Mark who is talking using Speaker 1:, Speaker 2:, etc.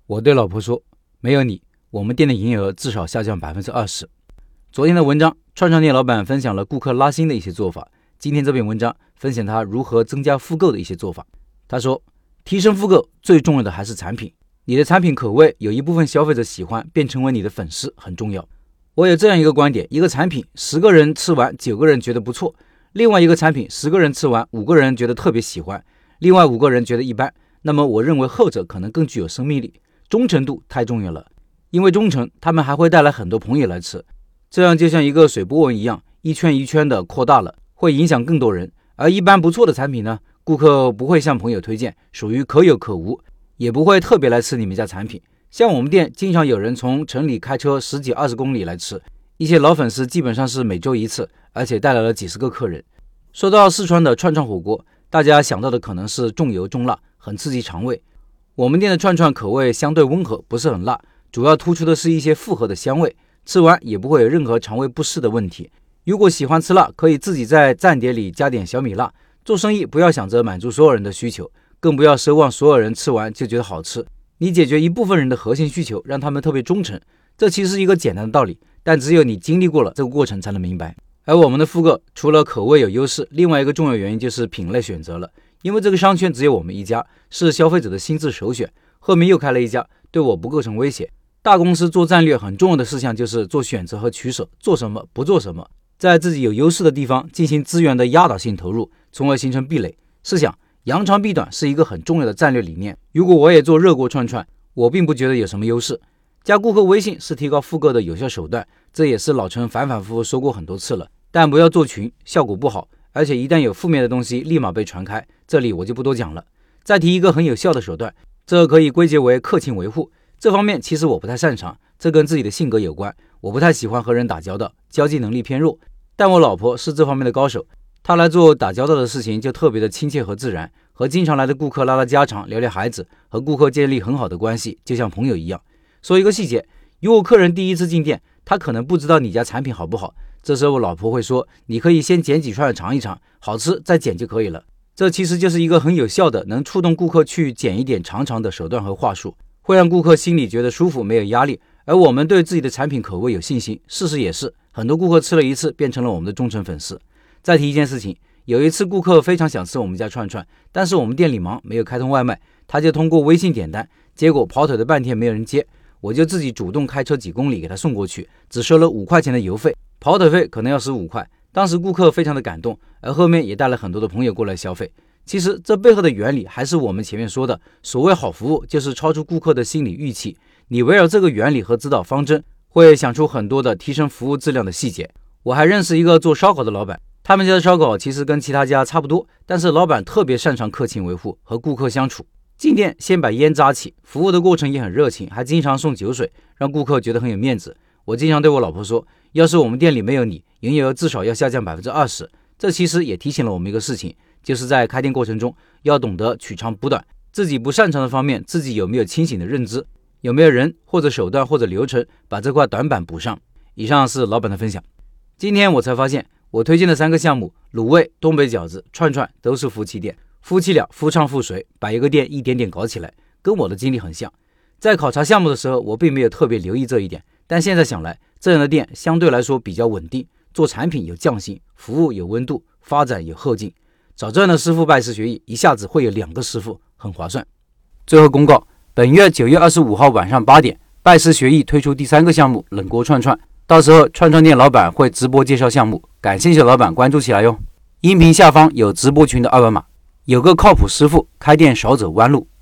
Speaker 1: 我对老婆说，没有你，我们店的营业额至少下降 20%。 昨天的文章，串串店老板分享了顾客拉新的一些做法，今天这篇文章分享他如何增加复购的一些做法。他说，提升复购最重要的还是产品，你的产品口味有一部分消费者喜欢便成为你的粉丝很重要。我有这样一个观点，一个产品10个人吃完9个人觉得不错，另外一个产品10个人吃完5个人觉得特别喜欢，另外5个人觉得一般，那么我认为后者可能更具有生命力。忠诚度太重要了，因为忠诚他们还会带来很多朋友来吃，这样就像一个水波纹一样，一圈一圈的扩大了，会影响更多人。而一般不错的产品呢，顾客不会向朋友推荐，属于可有可无，也不会特别来吃你们家产品。像我们店经常有人从城里开车10几20公里来吃，一些老粉丝基本上是每周一次，而且带来了几十个客人。说到四川的串串火锅，大家想到的可能是重油重辣，很刺激肠胃。我们店的串串口味相对温和，不是很辣，主要突出的是一些复合的香味，吃完也不会有任何肠胃不适的问题。如果喜欢吃辣，可以自己在蘸碟里加点小米辣。做生意不要想着满足所有人的需求，更不要奢望所有人吃完就觉得好吃。你解决一部分人的核心需求，让他们特别忠诚，这其实是一个简单的道理，但只有你经历过了这个过程才能明白。而我们的复购除了口味有优势，另外一个重要原因就是品类选择了，因为这个商圈只有我们一家，是消费者的心智首选，后面又开了一家，对我不构成威胁。大公司做战略很重要的事项就是做选择和取舍，做什么不做什么，在自己有优势的地方进行资源的压倒性投入，从而形成壁垒。试想，扬长避短是一个很重要的战略理念。如果我也做热锅串串，我并不觉得有什么优势。加顾客微信是提高复购的有效手段，这也是老陈反反复复说过很多次了，但不要做群，效果不好，而且一旦有负面的东西立马被传开，这里我就不多讲了。再提一个很有效的手段，这可以归结为客情维护。这方面其实我不太擅长，这跟自己的性格有关，我不太喜欢和人打交道，交际能力偏弱，但我老婆是这方面的高手，她来做打交道的事情就特别的亲切和自然，和经常来的顾客拉拉家常，聊聊孩子，和顾客建立很好的关系，就像朋友一样。说一个细节，如果客人第一次进店，他可能不知道你家产品好不好，这时候我老婆会说，你可以先捡几串尝一尝，好吃再捡就可以了。这其实就是一个很有效的能触动顾客去捡一点尝尝的手段和话术，会让顾客心里觉得舒服，没有压力。而我们对自己的产品口味有信心，事实也是，很多顾客吃了一次变成了我们的忠诚粉丝。再提一件事情，有一次顾客非常想吃我们家串串，但是我们店里忙，没有开通外卖，他就通过微信点单，结果跑腿了半天没有人接，我就自己主动开车几公里给他送过去，只收了5块钱的邮费，跑腿费可能要15块。当时顾客非常的感动，而后面也带了很多的朋友过来消费。其实这背后的原理还是我们前面说的，所谓好服务就是超出顾客的心理预期，你围绕这个原理和指导方针，会想出很多的提升服务质量的细节。我还认识一个做烧烤的老板，他们家的烧烤其实跟其他家差不多，但是老板特别擅长客情维护和顾客相处。进店先把烟扎起，服务的过程也很热情，还经常送酒水，让顾客觉得很有面子。我经常对我老婆说，要是我们店里没有你，营业额至少要下降 20%。 这其实也提醒了我们一个事情，就是在开店过程中要懂得取长补短，自己不擅长的方面自己有没有清醒的认知，有没有人或者手段或者流程把这块短板补上。以上是老板的分享。今天我才发现，我推荐的3个项目，卤味、东北饺子、串串都是夫妻店，夫妻俩夫唱妇随，把一个店一点点搞起来，跟我的经历很像。在考察项目的时候，我并没有特别留意这一点，但现在想来，这样的店相对来说比较稳定，做产品有匠心，服务有温度，发展有后劲。找这样的师傅拜师学艺，一下子会有2个师傅，很划算。最后公告，本月9月25号晚上8点，拜师学艺推出第3个项目冷锅串串，到时候串串店老板会直播介绍项目，感兴趣的老板关注起来哟。音频下方有直播群的2维码，有个靠谱师傅，开店少走弯路。